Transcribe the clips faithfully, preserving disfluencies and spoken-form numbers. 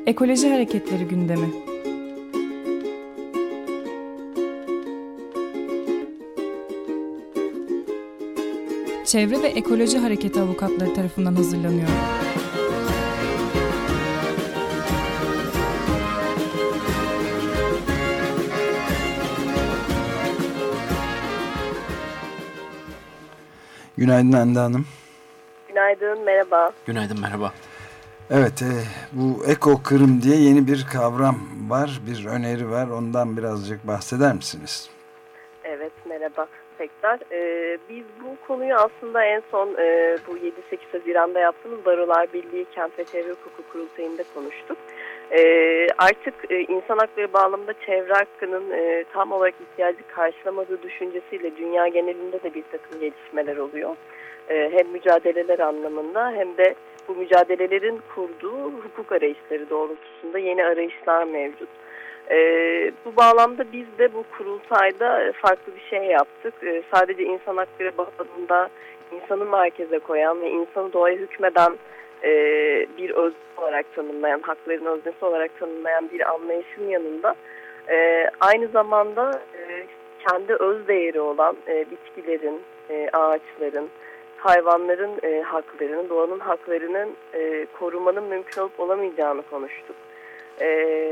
Ekoloji hareketleri gündemi. Çevre ve Ekoloji Hareketi avukatları tarafından hazırlanıyor. Günaydın Hande Hanım. Günaydın, merhaba. Günaydın, merhaba. Evet, e, bu ekokırım diye yeni bir kavram var, bir öneri var. Ondan birazcık bahseder misiniz? Evet, merhaba tekrar. Ee, biz bu konuyu aslında en son e, bu yedi sekiz Haziran'da yaptığımız Barolar Birliği Kent ve Çevre Hukuku Kurultayı'nda konuştuk. Ee, artık e, insan hakları bağlamında çevre hakkının e, tam olarak ihtiyacı karşılamadığı düşüncesiyle dünya genelinde de bir takım gelişmeler oluyor. E, hem mücadeleler anlamında hem de bu mücadelelerin kurduğu hukuk arayışları doğrultusunda yeni arayışlar mevcut. Ee, bu bağlamda biz de bu kurultayda farklı bir şey yaptık. Ee, sadece insan hakları bağlamında insanı merkeze koyan ve insanı doğaya hükmeden e, bir özne olarak tanımlayan, hakların öznesi olarak tanımlayan bir anlayışın yanında e, aynı zamanda e, kendi öz değeri olan e, bitkilerin, e, ağaçların, hayvanların e, haklarının, doğanın haklarının e, korumanın mümkün olup olamayacağını konuştuk. E,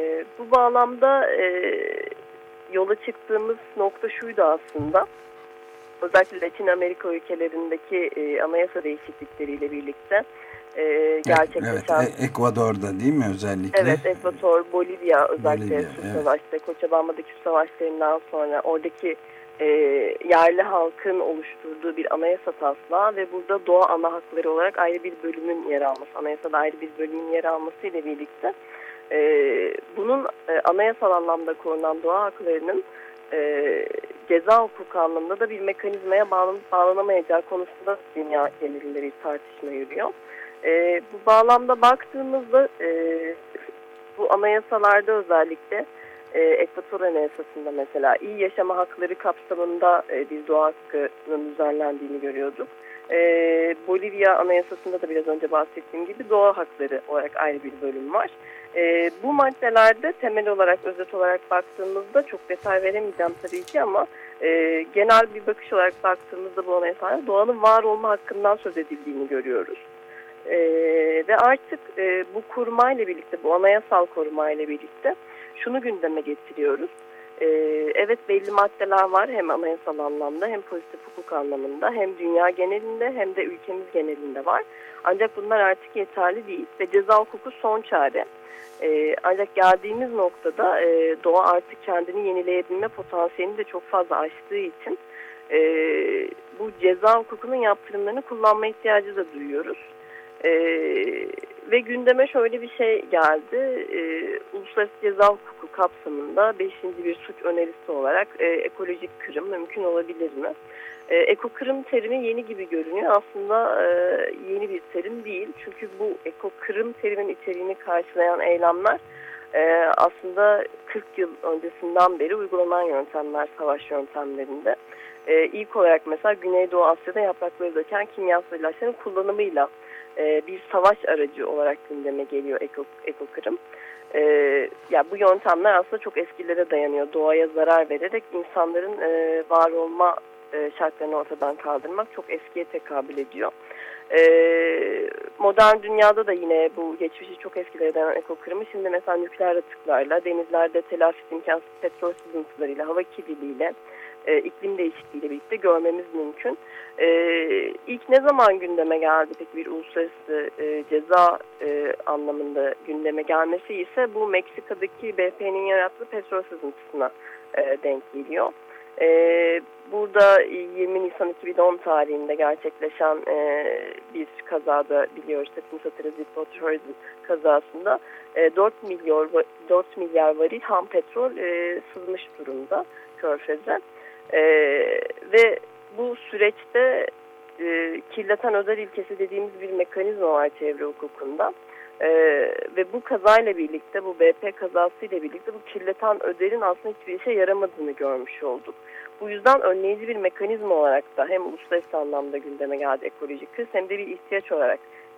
bu bağlamda e, yola çıktığımız nokta şuydu aslında. Özellikle Latin Amerika ülkelerindeki e, anayasa değişiklikleriyle birlikte e, gerçekleşen... Evet, Ekvador'da değil mi özellikle? Evet, Ekvador, Bolivya özellikle Bolivya, su evet. savaşları, Cochabamba'daki su savaşlarından sonra oradaki e, yerli halkın oluşturduğu bir anayasa taslağı ve burada doğa ana hakları olarak ayrı bir bölümün yer alması, anayasada ayrı bir bölümün yer alması ile birlikte Ee, bunun e, anayasal anlamda korunan doğa haklarının e, ceza hukuku anlamında da bir mekanizmaya bağlan bağlanamayacağı konusunda dünya genelinde bir tartışma yürüyor. E, bu bağlamda baktığımızda e, bu anayasalarda özellikle e, Ekvator Anayasası'nda mesela iyi yaşama hakları kapsamında e, bir doğa hakkının düzenlendiğini görüyorduk. E, Bolivya Anayasası'nda da biraz önce bahsettiğim gibi doğa hakları olarak ayrı bir bölüm var. E, bu maddelerde temel olarak, özet olarak baktığımızda çok detay veremeyeceğim tabii ki ama e, genel bir bakış olarak baktığımızda bu anayasalarda doğanın var olma hakkından söz edildiğini görüyoruz. E, ve artık e, bu korumayla birlikte, bu anayasal korumayla birlikte şunu gündeme getiriyoruz. E, evet belli maddeler var hem anayasal anlamda hem pozitif hukuk anlamında hem dünya genelinde hem de ülkemiz genelinde var. Ancak bunlar artık yeterli değil ve ceza hukuku son çare. Ee, ancak geldiğimiz noktada e, doğa artık kendini yenileyebilme potansiyelini de çok fazla aştığı için e, bu ceza hukukunun yaptırımlarını kullanma ihtiyacı da duyuyoruz. E, ve gündeme şöyle bir şey geldi. E, Uluslararası Ceza Hukuku kapsamında beşinci bir suç önerisi olarak e, ekolojik kırım mümkün olabilir mi? E, ekokırım terimi yeni gibi görünüyor. Aslında e, yeni bir terim değil. Çünkü bu ekokırım terimin içeriğini karşılayan eylemler e, aslında kırk yıl öncesinden beri uygulanan yöntemler, savaş yöntemlerinde. E, ilk olarak mesela Güneydoğu Asya'da yaprakları döken kimyasal ilaçların kullanımıyla e, bir savaş aracı olarak gündeme geliyor eko, ekokırım. E, ya bu yöntemler aslında çok eskilere dayanıyor. Doğaya zarar vererek insanların e, var olma şartlarını ortadan kaldırmak çok eskiye tekabül ediyor. Ee, modern dünyada da yine bu geçmişi çok eskilere dayanan ekokırımı şimdi mesela nükleer atıklarla, denizlerde telafisi imkansız petrol sızıntılarıyla, hava kirliliğiyle, e, iklim değişikliğiyle birlikte görmemiz mümkün. E, ilk ne zaman gündeme geldi peki bir uluslararası e, ceza e, anlamında gündeme gelmesi ise bu Meksika'daki B P'nin yarattığı petrol sızıntısına e, denk geliyor. Ee, burada yirmi Nisan iki bin on tarihinde gerçekleşen e, bir kazada biliyoruz hepimiz hatırlarız Deepwater Horizon kazasında e, dört milyar dört milyar varil ham petrol e, sızmış durumda Körfez'e e, ve bu süreçte e, kirleten özel ilkesi dediğimiz bir mekanizma var çevre hukukunda. Ee, ve bu kazayla birlikte, bu B P kazasıyla birlikte bu kirleten özelin aslında hiçbir işe yaramadığını görmüş olduk. Bu yüzden önleyici bir mekanizma olarak da hem uluslararası anlamda gündeme geldi ekolojik kriz hem de bir ihtiyaç olarak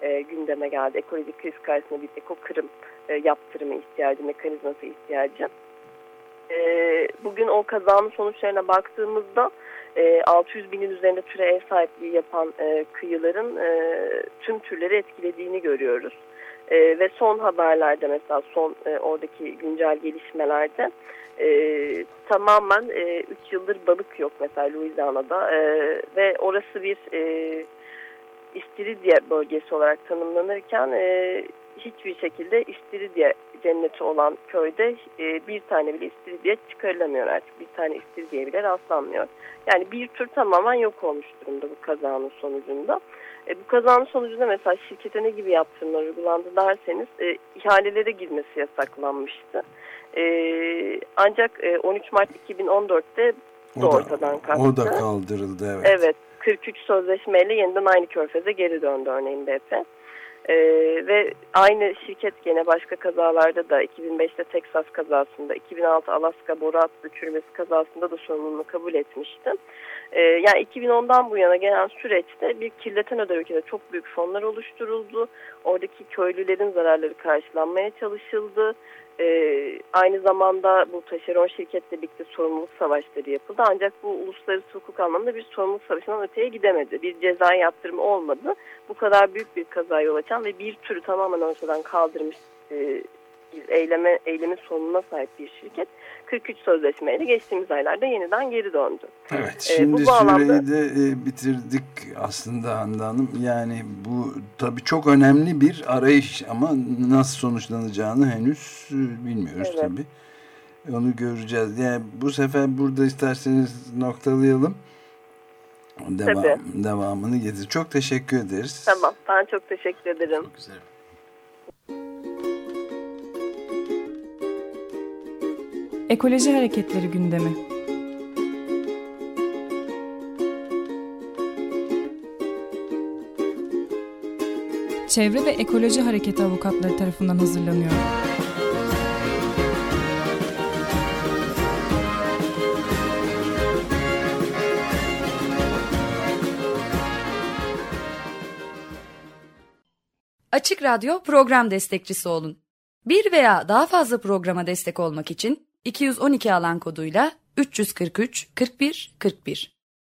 e, gündeme geldi. Ekolojik kriz karşısında bir ekokırım e, yaptırımı ihtiyacı, mekanizması ihtiyacı. E, bugün o kazanın sonuçlarına baktığımızda e, altı yüz binin üzerinde türe ev sahipliği yapan e, kıyıların e, tüm türleri etkilediğini görüyoruz. E, ve son haberlerde mesela son e, oradaki güncel gelişmelerde e, tamamen üç e, yıldır balık yok mesela Louisiana'da e, ve orası bir e, İstiridye bölgesi olarak tanımlanırken e, hiçbir şekilde İstiridye cenneti olan köyde e, bir tane bile İstiridye çıkarılamıyor artık. Bir tane İstiridye bile rastlanmıyor. Yani bir tür tamamen yok olmuş durumda bu kazanın sonucunda. E, bu kazanın sonucunda mesela şirkete ne gibi yaptırımlar uygulandı derseniz e, ihalelere girmesi yasaklanmıştı. E, ancak e, on üç Mart iki bin on dörtte o da, da ortadan kalktı. O da kaldırıldı, evet. Evet, kırk üç sözleşmeyle yeniden aynı körfeze geri döndü örneğin B P. Ee, ve aynı şirket gene başka kazalarda da iki bin beşte Texas kazasında, iki bin altı Alaska boru hattı çürümesi kazasında da sorumluluğunu kabul etmişti. Ee, yani iki bin ondan bu yana gelen süreçte bir kirleten öder ülkede çok büyük fonlar oluşturuldu. Oradaki köylülerin zararları karşılanmaya çalışıldı. Ee, aynı zamanda bu taşeron şirketle birlikte sorumluluk savaşları yapıldı. Ancak bu uluslararası hukuk anlamında bir sorumluluk savaşından öteye gidemedi. Bir ceza yaptırımı olmadı. Bu kadar büyük bir kaza yol açan ve bir türü tamamen ortadan kaldırmış e, bir eyleme, eylemin sonuna sahip bir şirket kırk üç sözleşmeyle geçtiğimiz aylarda yeniden geri döndü. Evet, şimdi ee, bu bağlamda... süreyi de e, bitirdik aslında Hande Hanım. Yani bu tabii çok önemli bir arayış ama nasıl sonuçlanacağını henüz bilmiyoruz, evet. Tabii. Onu göreceğiz. Yani bu sefer burada isterseniz noktalayalım. Devam, devamını getir. Çok teşekkür ederiz. Tamam, ben çok teşekkür ederim. Çok güzel. Ekoloji hareketleri gündemi. Çevre ve Ekoloji Hareketi avukatları tarafından hazırlanıyor. Açık Radyo program destekçisi olun. Bir veya daha fazla programa destek olmak için iki yüz on iki alan koduyla üç yüz kırk üç kırk bir kırk bir